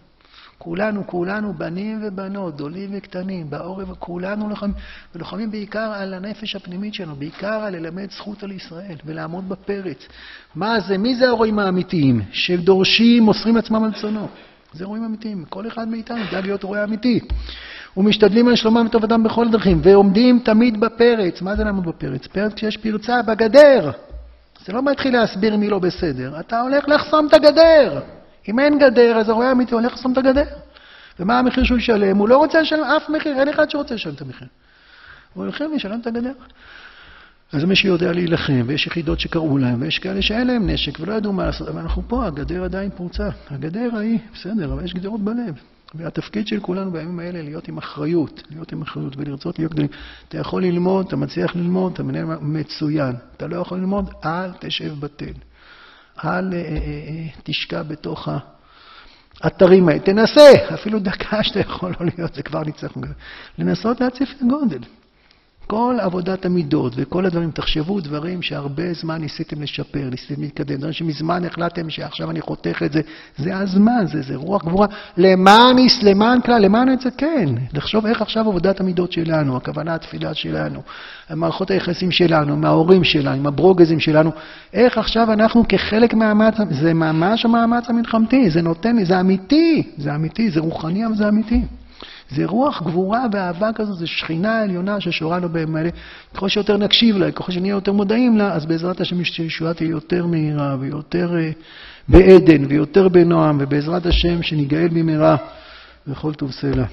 כולנו, בנים ובנות, גדולים וקטנים, בעורף, כולנו לוחמים, ולוחמים בעיקר על הנפש הפנימית שלנו, בעיקר על ללמד זכות על ישראל, ולעמוד בפרץ. מי זה הרועים האמיתיים? שדורשים, מוסרים עצמם על צונו. זה רועים אמיתיים, כל אחד מאיתנו, דאג להיות רועה אמיתי. ומשתדלים על שלומם וטובתם בכל דרכים, ועומדים תמיד בפרץ. מה זה לעמוד בפרץ? פרץ כשיש פרצה בגדר. זה לא מתחיל להסביר מי לא בסדר. אתה הולך לחסום את הגדר. אם אין גדר, אז הרועה האמיתי הולך לחסום את הגדר. ומה המחיר שהוא ישלם? הוא לא רוצה לשלם אף מחיר, אין אחד שרוצה לשלם את המחיר. הוא הולכים לשלם את הגדר. אז מי שיודע להילחם, ויש יחידות שקראו להם, ויש כאלה שאין להם נשק ולא ידעו מה לעשות, אבל אנחנו פה, הגדר עדיין פרוצה. הגדר היא, בסדר, אבל יש גדרות בלב. והתפקיד של כולנו בימים האלה להיות עם אחריות ולרצות להיות גדולים. אתה יכול ללמוד, אתה מצליח ללמוד, אתה מנהל מצוין. אתה לא יכול ללמוד, אל תשב בתל. אל תשקע בתוך האתרים האלה. תנסה, אפילו דקה שאתה יכול לא להיות, זה כבר ניצח. לנסות להציף את הגודל. כל עבודת המידות וכל הדברים, תחשבו דברים שהרבה זמן ניסיתם לשפר, ניסיתם להתקדם, דברים שמזמן החלטתם שעכשיו אני חותך את זה, זה הזמן, זה רוח גבורה, למען כלל, למען את זה כן, לחשוב איך עכשיו עבודת המידות שלנו, הכוונה התפילה שלנו, המערכות היחסים שלנו, עם ההורים שלנו, עם הברוגזים שלנו, איך עכשיו אנחנו כחלק מהמאמץ, זה ממש המאמץ המלחמתי, זה נותן לי, זה אמיתי, זה רוחני אבל זה אמיתי. זה רוח גבורה ואהבה כזו, זה שכינה העליונה ששורה לו במלא. ככל שיותר נקשיב לה, ככל שנהיה יותר מודעים לה, אז בעזרת השם ישועה תהיה יותר מהירה ויותר בעדן ויותר בנועם, ובעזרת השם שניגאל במהרה וכל טוב סלע.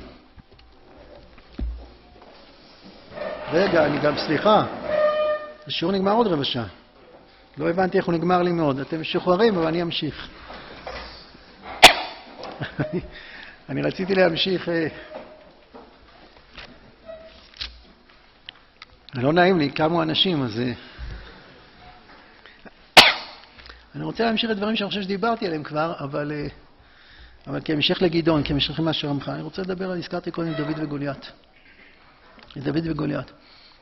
רגע, אני גם, סליחה, השיעור נגמר עוד רבע שעה. לא הבנתי איך הוא נגמר לי מאוד. אתם משוחררים, אבל אני אמשיך. אני רציתי להמשיך... לא נעים לי, קמו אנשים, אז... אני רוצה להמשיך את דברים שאני חושב שדיברתי עליהם כבר, אבל כהמשך לגדעון, כהמשך למה שרמך. אני רוצה לדבר על, הזכרתי קודם, דוד וגוליית. דוד וגוליית.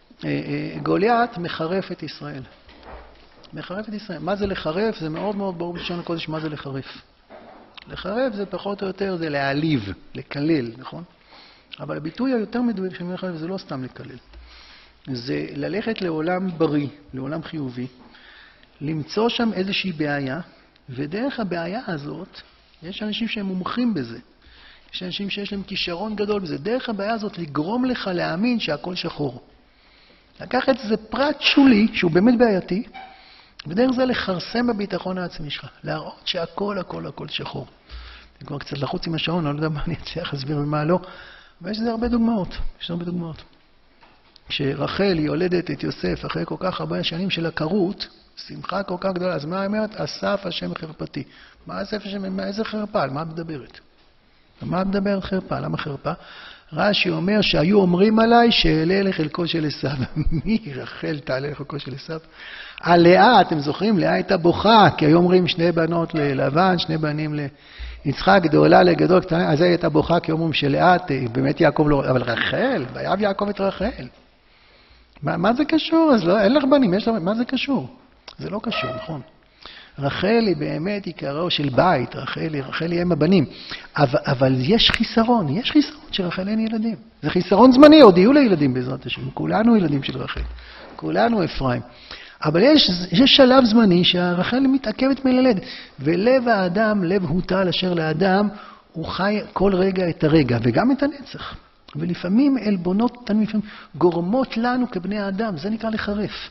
גוליית מחרף את ישראל. מחרף את ישראל. מה זה לחרף? זה מאוד מאוד ברור בלשון הקודש מה זה לחרף. לחרף זה פחות או יותר, זה להעליב, לקלל, נכון? אבל הביטוי היותר מדויק של לחרף זה לא סתם לקלל. זה ללכת לעולם בריא, לעולם חיובי, למצוא שם איזושהי בעיה, ודרך הבעיה הזאת, יש אנשים שהם מומחים בזה. יש אנשים שיש להם כישרון גדול בזה. דרך הבעיה הזאת לגרום לך להאמין שהכל שחור. לקחת איזה פרט שולי, שהוא באמת בעייתי, ודרך זה לחרסם בביטחון העצמי שלך. להראות שהכל, הכל שחור. אני כבר קצת לחוץ עם השעון, אני לא יודע מה אני אצליח להסביר ומה לא, אבל יש לזה הרבה דוגמאות. יש הרבה דוגמאות. כשרחל היא יולדת את יוסף אחרי כל כך הרבה שנים של הכרות, שמחה כל כך גדולה, אז מה אומרת? אסף השם חרפתי. מה אסף השם? איזה חרפה? על מה מדברת? על מה מדברת חרפה? למה חרפה? רש"י אומר שהיו אומרים עליי שאעלה לחלקו של עשיו. מי רחל תעלה לחלקו של עשיו? על לאה, אתם זוכרים? לאה הייתה בוכה, כי היו אומרים שני בנות ללבן, שני בנים ליצחק, גדולה לגדול, קטנה, אז היא הייתה בוכה, כי אומרים שלאה, באמת יעקב לא... אבל רחל, ויאהב יעקב את רחל. מה זה קשור? אז לא, אין לך בנים, יש לך... מה זה קשור? זה לא קשור, נכון? רחל היא באמת עיקרו של בית, רחל היא אם הבנים. אבל יש חיסרון שרחל אין ילדים. זה חיסרון זמני, עוד יהיו לילדים בעזרת השם. כולנו ילדים של רחל. כולנו אפרים. אבל יש שלב זמני שהרחל מתעכבת מללד. ולב האדם, לב הוטל אשר לאדם, הוא חי כל רגע את הרגע, וגם את הנצח. ולפעמים עלבונות גורמות לנו כבני האדם, זה נקרא לחרף.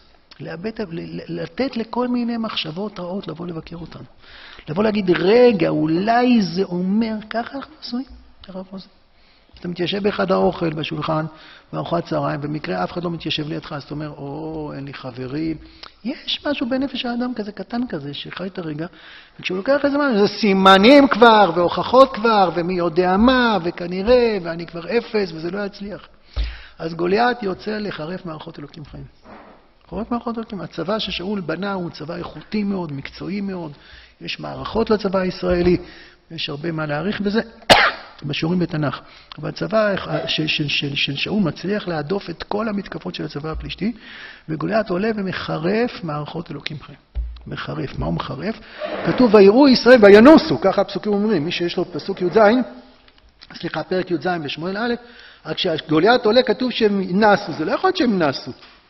לתת לכל מיני מחשבות רעות לבוא לבקר אותנו. לבוא להגיד, רגע, אולי זה אומר, ככה אנחנו עושים, ככה אנחנו עושים. אתה מתיישב באחד האוכל בשולחן, בארוחת צהריים, במקרה אף אחד לא מתיישב לידך, אז אתה אומר, אין לי חברים. יש משהו בנפש האדם כזה קטן כזה, שחי את הרגע, וכשהוא לוקח איזה משהו, זה סימנים כבר, והוכחות כבר, ומי יודע מה, וכנראה, ואני כבר אפס, וזה לא יצליח. אז גוליית יוצא לחרף מערכות אלוקים חיים. חורף מערכות אלוקים. הצבא ששאול בנה הוא צבא איכותי מאוד, מקצועי מאוד. יש מערכות לצבא הישראלי, יש הרבה מה להעריך בזה, בשיעורים בתנ"ך. אבל הצבא של שאול מצליח להדוף את כל המתקפות של הצבא הפלישתי, וגוליית עולה ומחרף מערכות אלוקים חיים. מחרף. מה הוא מחרף? כתוב, ויראו ישראל וינוסו, ככה הפסוקים אומרים. מי שיש לו פסוק י"ז, סליחה, פרק י"ז בשמואל א', רק כשגוליית עולה כתוב שהם נסו, זה לא יכול להיות שהם נסו.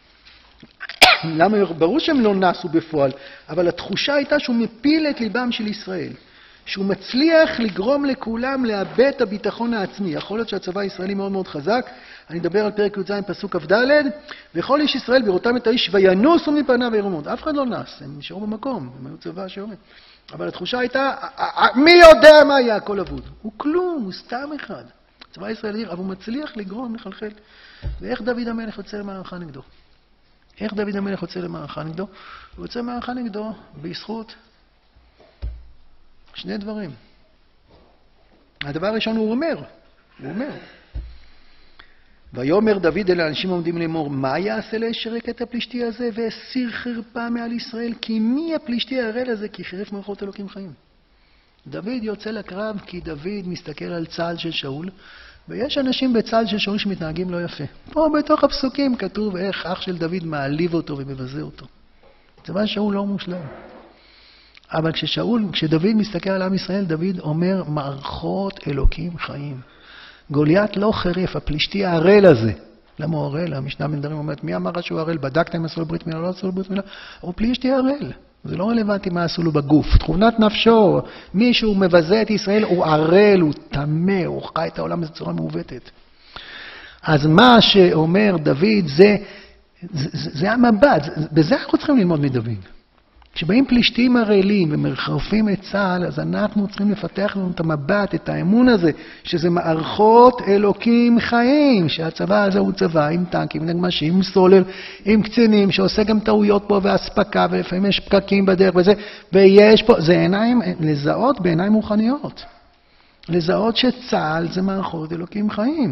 למה? ברור שהם לא נסו בפועל, אבל התחושה הייתה שהוא מפיל את ליבם של ישראל. שהוא מצליח לגרום לכולם לאבד את הביטחון העצמי. יכול להיות שהצבא הישראלי מאוד מאוד חזק. אני אדבר על פרק י"ז פסוק כ"ד, וכל איש ישראל בראותם את האיש וינוסו מפניו וירומות. אף אחד לא נס, הם נשארו במקום, הם היו צבא שאומר. אבל התחושה הייתה, מי יודע מה יהיה הכל אבוד? הוא כלום, הוא סתם אחד. הצבא הישראלי, אבל הוא מצליח לגרום, לחלחל. ואיך דוד המלך יוצא למערכה נגדו? איך דוד המלך יוצא למערכה נגדו? הוא יוצא למערכה נגדו בזכות שני דברים. הדבר הראשון הוא אומר, ויאמר דוד אל האנשים העומדים לאמור, מה יעשה להשרק את הפלישתי הזה והסיר חרפה מעל ישראל? כי מי הפלישתי הערל הזה? כי חרף מערכות אלוקים חיים. דוד יוצא לקרב כי דוד מסתכל על צה"ל של שאול, ויש אנשים בצה"ל של שאול שמתנהגים לא יפה. פה בתוך הפסוקים כתוב איך אח של דוד מעליב אותו ומבזה אותו. צבא שאול לא מושלם. אבל כשדוד מסתכל על עם ישראל, דוד אומר מערכות אלוקים חיים. גוליית לא חרף, הפלישתי הערל הזה. למה הוא ערל? המשנה בנדרים אומרת, מי אמר שהוא ערל? בדקתם עשו לברית מילה, לא עשו לברית מילה? הוא פלישתי ערל. זה לא רלוונטי מה עשו לו בגוף. תכונת נפשו, מישהו מבזה את ישראל, הוא ערל, הוא טמא, הוא חי את העולם בצורה מעוותת. אז מה שאומר דוד זה המבט, בזה אנחנו צריכים ללמוד מדוד. כשבאים פלישתים ערלים ומרחפים את צה"ל, אז אנחנו צריכים לפתח לנו את המבט, את האמון הזה, שזה מערכות אלוקים חיים, שהצבא הזה הוא צבא עם טנקים, עם נגמשים, עם סולל, עם קצינים, שעושה גם טעויות פה והספקה, ולפעמים יש פקקים בדרך וזה, ויש פה, זה עיניים, לזהות בעיניים רוחניות. לזהות שצה"ל זה מערכות אלוקים חיים.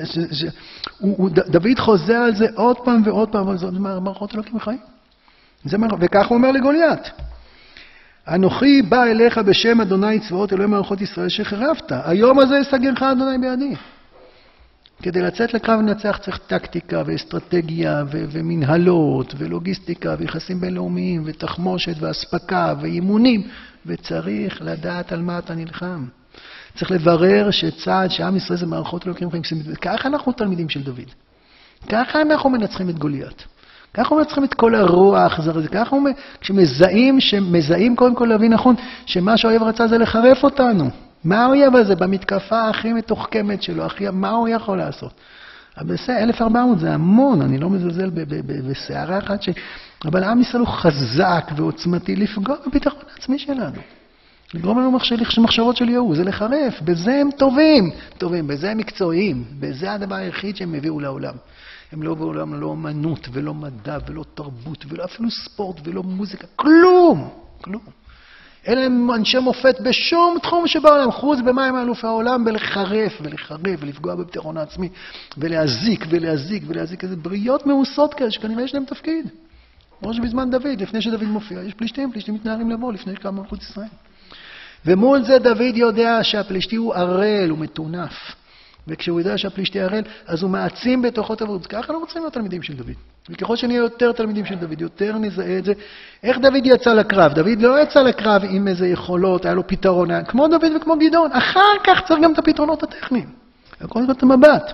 דוד חוזר על זה עוד פעם ועוד פעם, אבל זה מערכות אלוקים חיים. וכך הוא אומר לגוליית. אנוכי בא אליך בשם אדוני צבאות אלוהי מערכות ישראל שחרבת. היום הזה יסגרך אדוני בידי. כדי לצאת לקרב ולנצח צריך טקטיקה ואסטרטגיה ומנהלות ולוגיסטיקה ויחסים בינלאומיים ותחמושת והספקה ואימונים. וצריך לדעת על מה אתה נלחם. צריך לברר שצעד, שעם ישראל זה מערכות אלוקים חיים. ככה אנחנו תלמידים של דוד. ככה אנחנו מנצחים את גוליית. ככה אנחנו מנצחים את כל הרוע האכזר הזה. ככה כשמזהים קודם כל להבין נכון, שמה שהאויב רצה זה לחרף אותנו. מה האויב הזה? במתקפה הכי מתוחכמת שלו, מה הוא יכול לעשות? אבל בסדר, 1400 זה המון, אני לא מזלזל בסערה אחת אבל עם ישראל הוא חזק ועוצמתי לפגוע בביטחון העצמי שלנו. לגרום לנו מחשבות של יהוא, זה לחרף, בזה הם טובים, בזה הם מקצועיים, בזה הדבר היחיד שהם הביאו לעולם. הם לא בעולם, לא אומנות ולא מדע ולא תרבות ולא אפילו ספורט ולא מוזיקה, כלום. אלה הם אנשי מופת בשום תחום שבעולם, חוץ במה הם אלופי העולם, בלחרף ולפגוע בביטחון העצמי, ולהזיק, איזה בריות מאוסות כאלה, שכנראה יש להם תפקיד. כמו שבזמן דוד, לפני שדוד מופיע, יש פלישתים מתנערים לבוא לפני כמה מלכות ישראל. ומול זה דוד יודע שהפלישתי הוא ערל, הוא מטונף. וכשהוא יודע שהפלישתי ערל, אז הוא מעצים בתוכו את העבוד. ככה לא רוצים להיות תלמידים של דוד. וככל שנהיה יותר תלמידים של דוד, יותר נזהה את זה. איך דוד יצא לקרב? דוד לא יצא לקרב עם איזה יכולות, היה לו פתרון, היה כמו דוד וכמו גדעון. אחר כך צריך גם את הפתרונות הטכניים. הכל זאת המבט.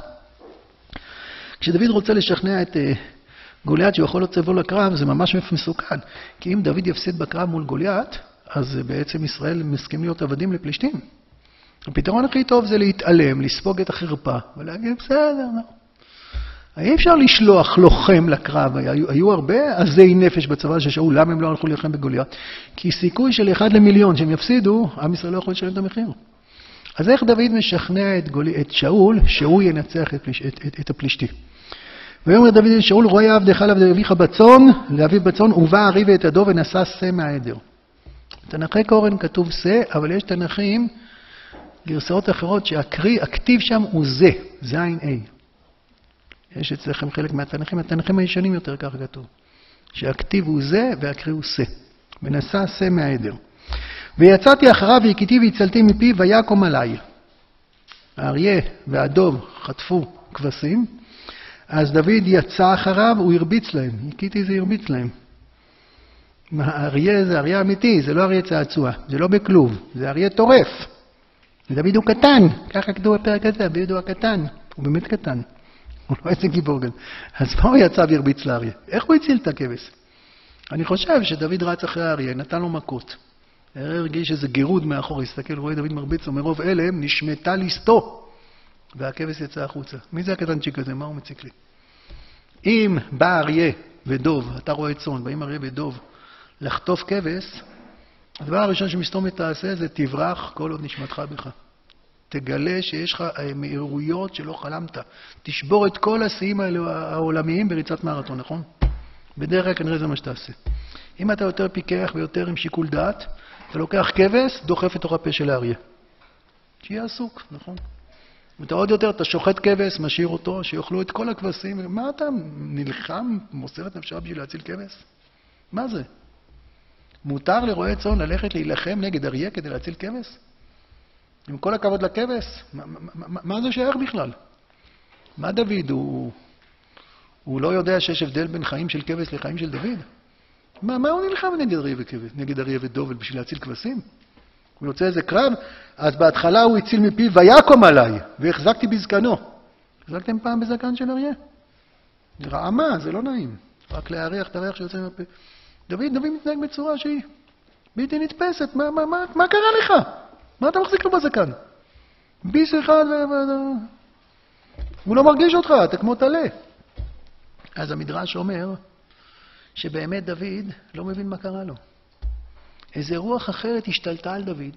כשדוד רוצה לשכנע את גוליית שהוא יכול לצבוא לקרב, זה ממש מסוכן. כי אם דוד יפסיד בקרב מול גוליית, אז בעצם ישראל מסכים להיות עבדים לפלישתים. הפתרון הכי טוב זה להתעלם, לספוג את החרפה, ולהגיד, בסדר, אי אפשר לשלוח לוחם לקרב. היו הרבה עזי נפש בצבא ששאול, למה הם לא הלכו להילחם בגוליית? כי סיכוי של 1 למיליון שהם יפסידו, עם ישראל לא יכול לשלם את המחיר. אז איך דוד משכנע את שאול, שהוא ינצח את הפלישתי? ויאמר דוד אל שאול, רואה עבדך להביך בצאן, להביא בצאן, ובא הארי ואת ידו ונשא שא מהעדר. תנכי קורן כתוב שא, אבל יש תנכים, גרסאות אחרות, שהכתיב שם הוא זה, זין A. יש אצלכם חלק מהתנכים, התנכים הישנים יותר ככה כתוב. שהכתיב הוא זה והקריא הוא שא. ונשא שא מהעדר. ויצאתי אחריו והכיתי והצלתי מפי ויקום עליי. האריה והדוב חטפו כבשים, אז דוד יצא אחריו, הוא הרביץ להם. הכיתי זה הרביץ להם. האריה זה אריה אמיתי, זה לא אריה צעצוע, זה לא בכלוב, זה אריה טורף. דוד הוא קטן, ככה כתוב בפרק הזה, דוד הוא הקטן, הוא באמת קטן. הוא לא איזה גיבור גדול. אז מה הוא יצא והרביץ לאריה? איך הוא הציל את הכבש? אני חושב שדוד רץ אחרי האריה, נתן לו מכות. הרגיש איזה גירוד מאחור, הסתכל, רואה דוד מרביץ, ומרוב אלם נשמטה ליסטו. והכבש יצא החוצה. מי זה הקטנצ'יק הזה? מה הוא מציק לי? אם בא אריה ודוב, אתה רואה צאן, באים אריה ודוב, לחטוף כבש, הדבר הראשון שמסתומת תעשה זה תברח כל עוד נשמתך בך. תגלה שיש לך מהירויות שלא חלמת. תשבור את כל השיאים העולמיים בריצת מרתון, נכון? בדרך כלל כנראה זה מה שתעשה. אם אתה יותר פיקח ויותר עם שיקול דעת, אתה לוקח כבש, דוחף לתוך הפה של האריה. שיהיה עסוק, נכון? ואתה עוד יותר, אתה שוחט כבש, משאיר אותו, שיאכלו את כל הכבשים. מה אתה נלחם, מוסר את נפשך בשביל להציל כבש? מה זה? מותר לרועה צאן ללכת להילחם נגד אריה כדי להציל כבש? עם כל הכבוד לכבש? מה זה שייך בכלל? מה דוד? הוא לא יודע שיש הבדל בין חיים של כבש לחיים של דוד? מה הוא נלחם נגד אריה וכבש? נגד אריה ודוב בשביל להציל כבשים? הוא יוצא איזה קרב, אז בהתחלה הוא הציל מפי ויקום עליי, והחזקתי בזקנו. החזקתם פעם בזקן של אריה? זה רעמה, זה לא נעים. רק להריח את הריח שיוצא מהפה. דוד מתנהג בצורה שהיא בלתי נתפסת. מה קרה לך? מה אתה מחזיק לו בזקן? ביס אחד הוא לא מרגיש אותך, אתה כמו תלה. אז המדרש אומר שבאמת דוד לא מבין מה קרה לו. איזה רוח אחרת השתלטה על דוד.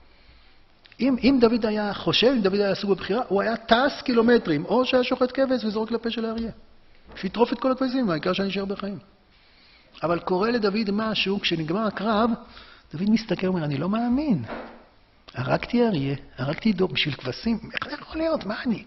אם דוד היה חושב, אם דוד היה עסוק בבחירה, הוא היה טס קילומטרים, או שהיה שוחט כבש וזורק לפה של האריה. שיטרוף את כל הכבשים, העיקר שאני אשאר בחיים. אבל קורה לדוד משהו, כשנגמר הקרב, דוד מסתכל ואומר, אני לא מאמין. הרגתי אריה, הרגתי דוב בשביל כבשים, איך זה יכול להיות? מה אני?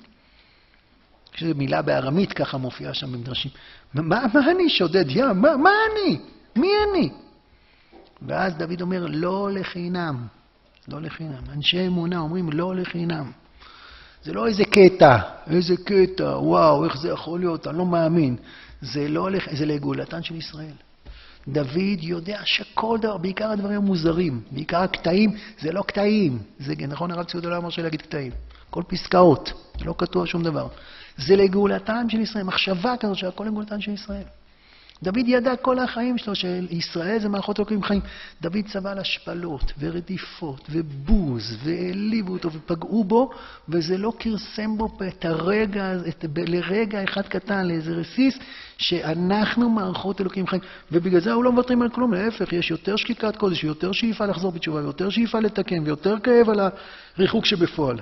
יש מילה בארמית ככה מופיעה שם במדרשים. מה אני שודד ים? מה אני? מי אני? ואז דוד אומר, לא לחינם. לא לחינם. אנשי אמונה אומרים, לא לחינם. זה לא איזה קטע, וואו, איך זה יכול להיות, אני לא מאמין. זה לגאולתן של ישראל. דוד יודע שכל דבר, בעיקר הדברים המוזרים, בעיקר הקטעים, זה לא קטעים. זה נכון, הרב ציודה לא אמר להגיד קטעים. כל פסקאות, לא כתוב שום דבר. זה לגאולתן של ישראל, מחשבה כזאת שהכל לגאולתן של ישראל. דוד ידע כל החיים שלו שישראל זה מערכות אלוקים חיים. דוד סבל השפלות ורדיפות ובוז והעליבו אותו ופגעו בו, וזה לא קרסם בו את הרגע, לרגע אחד קטן, לאיזה רסיס, שאנחנו מערכות אלוקים חיים. ובגלל זה הוא לא מוותרים על כלום, להפך, יש יותר שקיקת קודש, יותר שאיפה לחזור בתשובה, ויותר שאיפה לתקן, ויותר כאב על הריחוק שבפועל.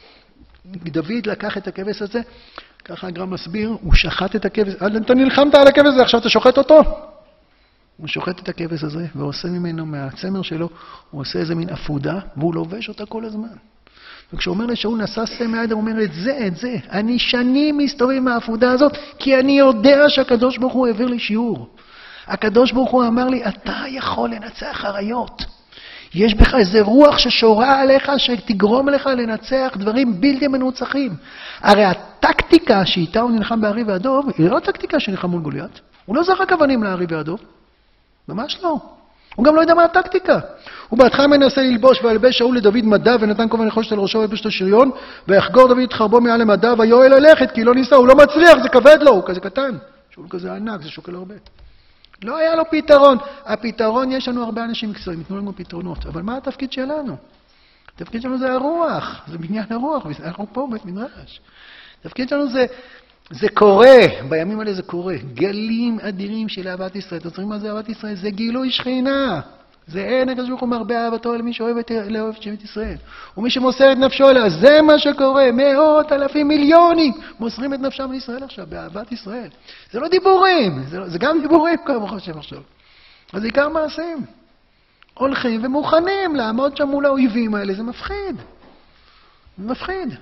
דוד לקח את הכבש הזה, ככה הגר"א מסביר, הוא שחט את הכבש, אתה נלחמת על הכבש הזה, עכשיו אתה שוחט אותו. הוא שוחט את הכבש הזה, ועושה ממנו, מהצמר שלו, הוא עושה איזה מין אפודה, והוא לובש אותה כל הזמן. וכשהוא אומר לשאול, נשא שא מהיד, הוא אומר, את זה, אני שנים מסתובב מהאפודה הזאת, כי אני יודע שהקדוש ברוך הוא העביר לי שיעור. הקדוש ברוך הוא אמר לי, אתה יכול לנצח אריות. יש בך איזה רוח ששורה עליך, שתגרום לך לנצח דברים בלתי מנוצחים. הרי הטקטיקה שאיתה הוא נלחם בארי והדוב, היא לא טקטיקה שנלחם מול גוליית. הוא לא זרק אבנים לארי והדוב. ממש לא. הוא גם לא יודע מה הטקטיקה. הוא בהתחלה מנסה ללבוש, וילבש שאול לדוד מדיו, ונתן כובע נחושת על ראשו וילבש את השריון, ויחגור דוד את חרבו מעל למדיו, ויואל ללכת, כי לא ניסה, הוא לא מצליח, זה כבד לו, הוא כזה קטן. שאול כזה ענק, זה שוקל הרבה. לא היה לו פתרון. הפתרון, יש לנו הרבה אנשים מקצועיים, יתנו לנו פתרונות. אבל מה התפקיד שלנו? התפקיד שלנו זה הרוח, זה בניין הרוח, אנחנו פה בית מדרש. התפקיד שלנו זה קורה, בימים האלה זה קורה. גלים אדירים של אהבת ישראל. אתם יודעים מה זה אהבת ישראל? זה גילוי שכינה. זה אין הקדוש ברוך הוא מרבה אהבתו למי שאוהב את שבט ישראל. ומי שמוסר את נפשו אליה, זה מה שקורה. מאות אלפים מיליונים מוסרים את נפשם לישראל עכשיו, באהבת ישראל. זה לא דיבורים, זה גם דיבורים כמו חושב עכשיו. אז עיקר מעשים. הולכים ומוכנים לעמוד שם מול האויבים האלה, זה מפחיד. זה מפחיד.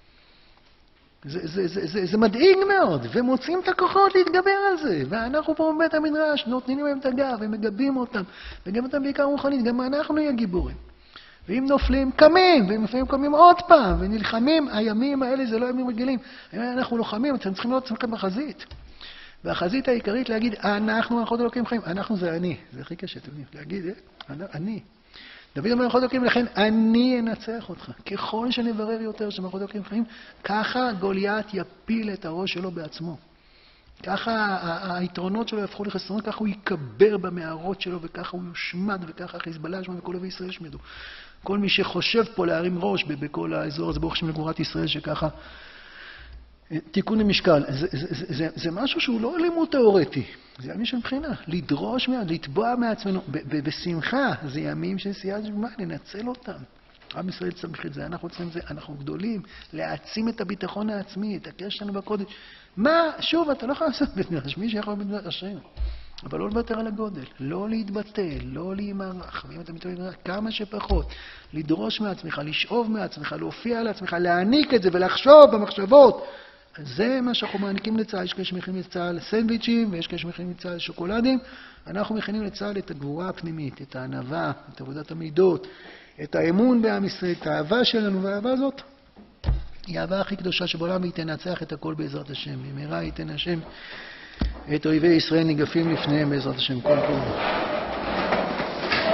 זה מדאיג מאוד, ומוצאים את הכוחות להתגבר על זה. ואנחנו פה בבית המדרש נותנים להם את הגב, ומגבים אותם, וגם אותם בעיקר מוכנים, גם אנחנו נהיה גיבורים. ואם נופלים, קמים, ואם נופלים, קמים עוד פעם, ונלחמים. הימים האלה זה לא ימים רגילים. אנחנו לוחמים, אתם צריכים להיות אצלכם בחזית. והחזית העיקרית להגיד, אנחנו מערכות אלוקים חיים. אנחנו זה אני. זה הכי קשה, אתם יודעים, להגיד, אני. דוד אומר מערכות אלוקים, לכן אני אנצח אותך. ככל שנברר יותר שמערכות אלוקים חיים, ככה גוליית יפיל את הראש שלו בעצמו. ככה היתרונות שלו יהפכו לחסרונות, ככה הוא יקבר במערות שלו, וככה הוא יושמד, וככה חיזבאללה ישמד, וכל אוהבי ישראל ישמדו. כל מי שחושב פה להרים ראש בכל האזור הזה, ברוך השם לגבורת ישראל, שככה תיקון למשקל. זה משהו שהוא לא לימוד תיאורטי. זה ימים של בחינה. לדרוש מעט, לתבוע מעצמנו. בשמחה, זה ימים של סייעת זמן, לנצל אותם. עם ישראל צריך את זה, אנחנו רוצים את זה, אנחנו גדולים. להעצים את הביטחון העצמי, את הקשר שלנו בקודש. מה? שוב, אתה לא יכול לעשות בית מדרש, מי שיכול בית מדרש אשרינו. אבל לא לוותר על הגודל, לא להתבטל, לא להימרח. ואם אתה מתאר כמה שפחות, לדרוש מעצמך, לשאוב מעצמך, להופיע על עצמך, להעניק את זה ולחשוב במחשבות. זה מה שאנחנו מעניקים לצה"ל. יש כאלה שמכינים לצה"ל סנדוויצ'ים, ויש כאלה שמכינים לצה"ל שוקולדים. אנחנו מכינים לצה"ל את הגבורה הפנימית, את הענווה, את עבודת המידות, את האמון בעם ישראל, את האהבה שלנו, והאהבה הזאת היא האהבה הכי קדושה שבעולם, היא תנצח את הכל בעזרת השם. במהרה ייתן השם את אויבי ישראל ניגפים לפניהם בעזרת השם. כל טוב.